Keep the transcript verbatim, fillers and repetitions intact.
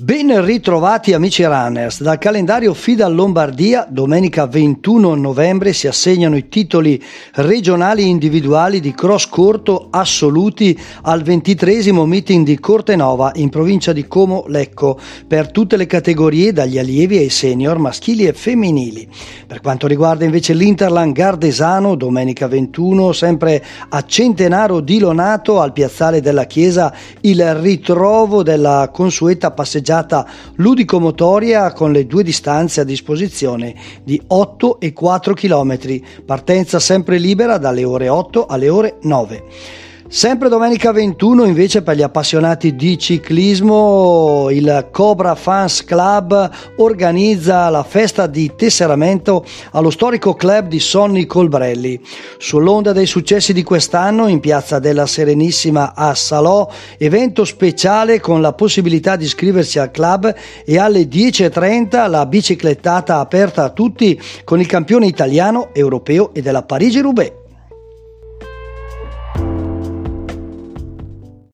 Ben ritrovati amici runners, dal calendario FIDAL Lombardia domenica ventuno novembre si assegnano i titoli regionali individuali di cross corto assoluti al ventitreesimo meeting di Cortenova in provincia di Como Lecco per tutte le categorie dagli allievi ai senior maschili e femminili. Per quanto riguarda invece l'Interland Gardesano, domenica ventuno sempre a Centenaro di Lonato al piazzale della chiesa il ritrovo della consueta passeggiata ludico-motoria con le due distanze a disposizione di otto e quattro chilometri, partenza sempre libera dalle ore otto alle ore nove. Sempre domenica ventuno invece per gli appassionati di ciclismo il Cobra Fans Club organizza la festa di tesseramento allo storico club di Sonny Colbrelli. Sull'onda dei successi di quest'anno in piazza della Serenissima a Salò, evento speciale con la possibilità di iscriversi al club e alle dieci e trenta la biciclettata aperta a tutti con il campione italiano, europeo e della Parigi-Roubaix.